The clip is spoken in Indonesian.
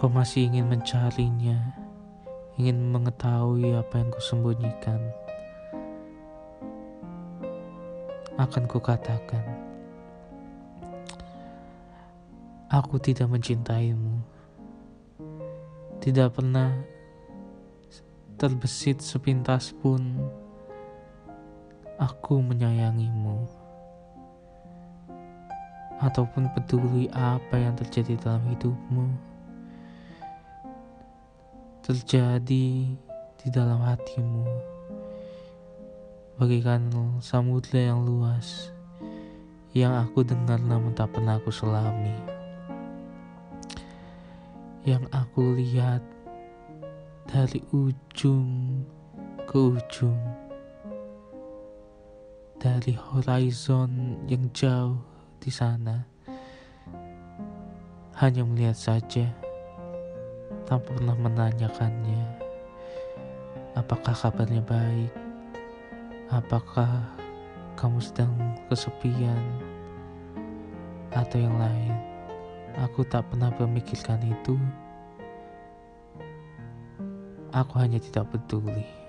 Kau masih ingin mencarinya, ingin mengetahui apa yang kusembunyikan. Akan kukatakan, aku tidak mencintaimu, tidak pernah terbesit sepintas pun aku menyayangimu, ataupun peduli apa yang terjadi dalam hidupmu, terjadi di dalam hatimu, bagaikan samudra yang luas yang aku dengar namun tak pernah aku selami, yang aku lihat dari ujung ke ujung, dari horizon yang jauh di sana, hanya melihat saja tanpa pernah menanyakannya apakah kabarnya baik, apakah kamu sedang kesepian atau yang lain. Aku tak pernah memikirkan itu. Aku hanya tidak peduli.